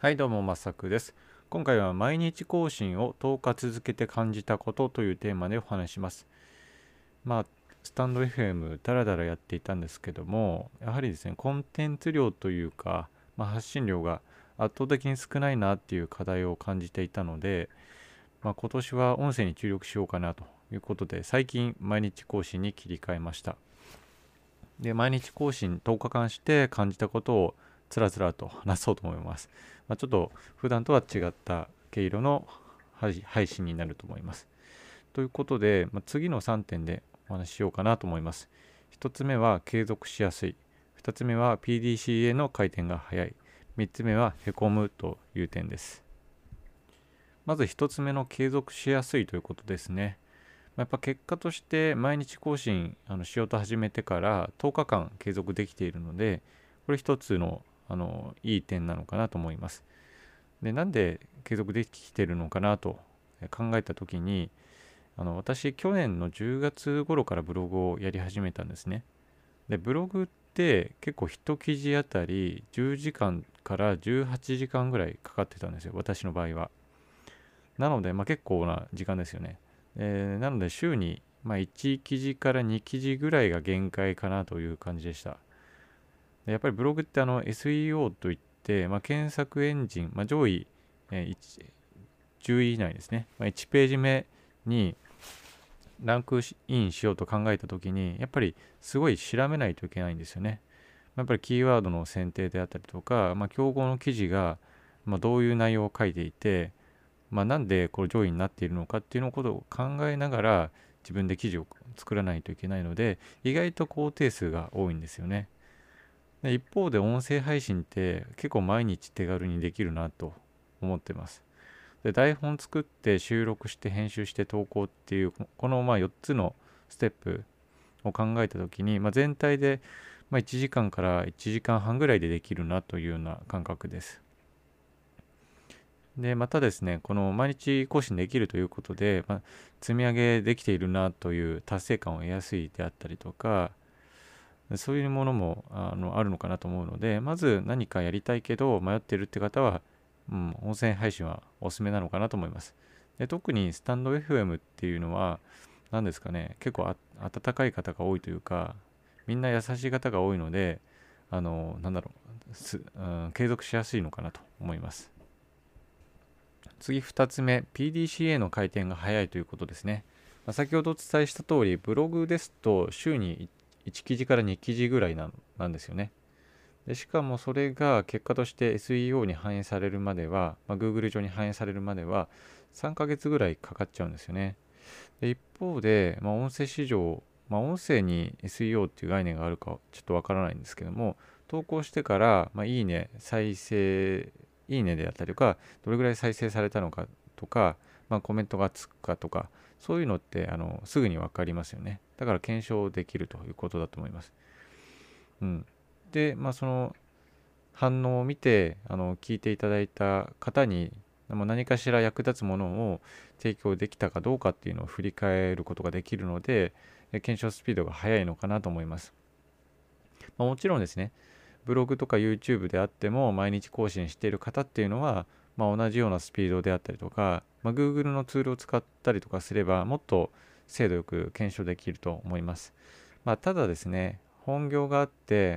はい、どうも、まさくです。今回は毎日更新を10日続けて感じたことというテーマでお話します。スタンド FM だらだらやっていたんですけども、やはりですね、コンテンツ量というか、発信量が圧倒的に少ないなっていう課題を感じていたので、今年は音声に注力しようかなということで、最近毎日更新に切り替えました。で、毎日更新10日間して感じたことをつらつらと話そうと思います。ちょっと普段とは違った毛色の配信になると思います。ということで、次の3点でお話ししようかなと思います。1つ目は継続しやすい。2つ目は PDCA の回転が速い。3つ目はへこむという点です。まず1つ目の継続しやすいということですね。やっぱ結果として毎日更新しようと始めてから10日間継続できているので、これ一つのいい点なのかなと思います。で、なんで継続できているのかなと考えた時に、私去年の10月頃からブログをやり始めたんですね。で、ブログって結構一記事あたり10時間から18時間ぐらいかかってたんですよ、私の場合は。なので、結構な時間ですよね。なので週に、1記事から2記事ぐらいが限界かなという感じでした。でやっぱりブログってSEO といって、検索エンジン、上位、10位以内ですね、1ページ目にランクインしようと考えた時にやっぱりすごい調べないといけないんですよね。やっぱりキーワードの選定であったりとか、競合の記事が、どういう内容を書いていて、なんでこれ上位になっているのかっていうのことを考えながら自分で記事を作らないといけないので、意外と工程数が多いんですよね。で一方で音声配信って結構毎日手軽にできるなと思ってます。で台本作って収録して編集して投稿っていうこの4つのステップを考えた時に、全体で1時間から1時間半ぐらいでできるなというような感覚です。で、またですね、この毎日更新できるということで、積み上げできているなという達成感を得やすいであったりとか、そういうものもあるのかなと思うので、まず何かやりたいけど迷っているって方は、音声配信はおすすめなのかなと思います。で特にスタンド FM っていうのは、何ですかね、結構温かい方が多いというか、みんな優しい方が多いので、なんだろ継続しやすいのかなと思います。次2つ目、PDCA の回転が早いということですね。先ほどお伝えした通り、ブログですと週に1記事から2記事ぐらいなんですよね。でしかもそれが結果として SEO に反映されるまでは、Google 上に反映されるまでは3ヶ月ぐらいかかっちゃうんですよね。で一方で、音声市場、音声に SEO っていう概念があるかちょっとわからないんですけども、投稿してから、いいね、いいねであったりとか、どれぐらい再生されたのかとか、コメントがつくかとか、そういうのってすぐに分かりますよね。だから検証できるということだと思います。で、その反応を見て聞いていただいた方に何かしら役立つものを提供できたかどうかっていうのを振り返ることができるので、検証スピードが速いのかなと思います。もちろんですね、ブログとか YouTube であっても毎日更新している方っていうのは、同じようなスピードであったりとか、Google のツールを使ったりとかすればもっと精度よく検証できると思います。ただですね、本業があって、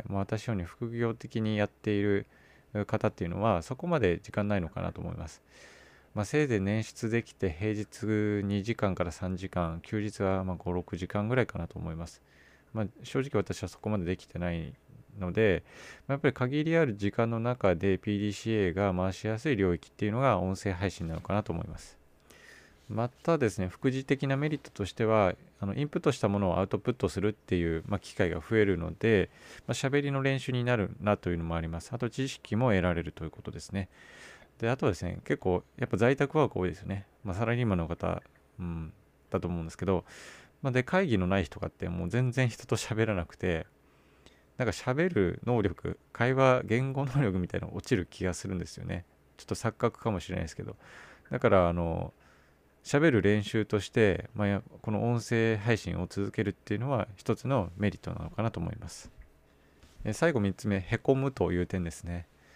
私ように副業的にやっている方っていうのはそこまで時間ないのかなと思います。せいぜい捻出できて平日2時間から3時間、休日は5、6時間ぐらいかなと思います。正直私はそこまでできてないので、やっぱり限りある時間の中で PDCA が回しやすい領域っていうのが音声配信なのかなと思います。またですね、副次的なメリットとしては、インプットしたものをアウトプットするっていう、機会が増えるので、喋りの練習になるなというのもあります。あと知識も得られるということですね。で、あとですね、結構やっぱ在宅ワーク多いですよね。サラリーマンの方、だと思うんですけど、で、会議のない日とかってもう全然人と喋らなくて、なんか喋る能力、会話、言語能力みたいなの落ちる気がするんですよね。ちょっと錯覚かもしれないですけど。だから、喋る練習として、この音声配信を続けるっていうのは一つのメリットなのかなと思います。最後3つ目、へこむという点ですね。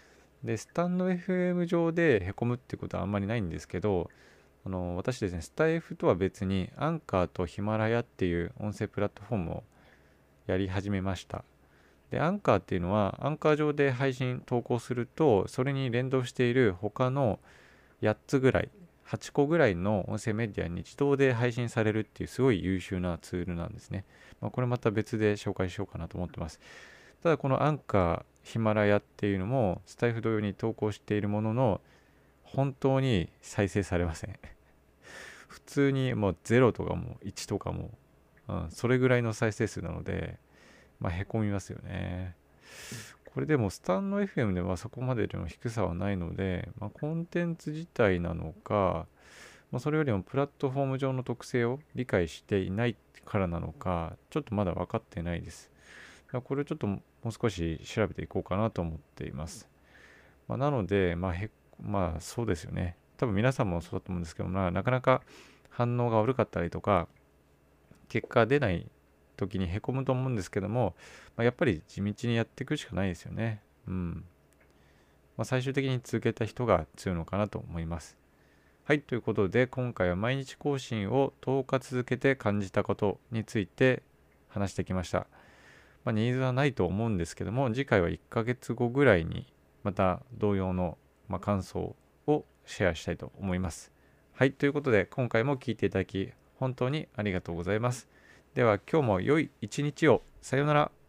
で、スタンド FM 上でへこむってことはあんまりないんですけど、私ですね、スタイフとは別にアンカーとヒマラヤっていう音声プラットフォームをやり始めました。で、アンカーっていうのは、アンカー上で配信投稿すると、それに連動している他の8つぐらい、8個ぐらいの音声メディアに自動で配信されるっていうすごい優秀なツールなんですね。これまた別で紹介しようかなと思ってます。ただこのアンカー、ヒマラヤっていうのもスタイフ同様に投稿しているものの、本当に再生されません。普通にもう0とかも1とかも、それぐらいの再生数なので、へこみますよね。これでもスタンド FM ではそこまでの低さはないので、コンテンツ自体なのか、それよりもプラットフォーム上の特性を理解していないからなのか、ちょっとまだ分かってないです。だからこれをちょっともう少し調べていこうかなと思っています。なので、そうですよね。多分皆さんもそうだと思うんですけど、なかなか反応が悪かったりとか、結果が出ない時にへこむと思うんですけども、やっぱり地道にやっていくしかないですよね。最終的に続けた人が強いのかなと思います。はい、ということで今回は毎日更新を10日続けて感じたことについて話してきました。ニーズはないと思うんですけども、次回は1ヶ月後ぐらいにまた同様の、感想をシェアしたいと思います。はい、ということで今回も聞いていただき本当にありがとうございます。では今日も良い一日を。さようなら。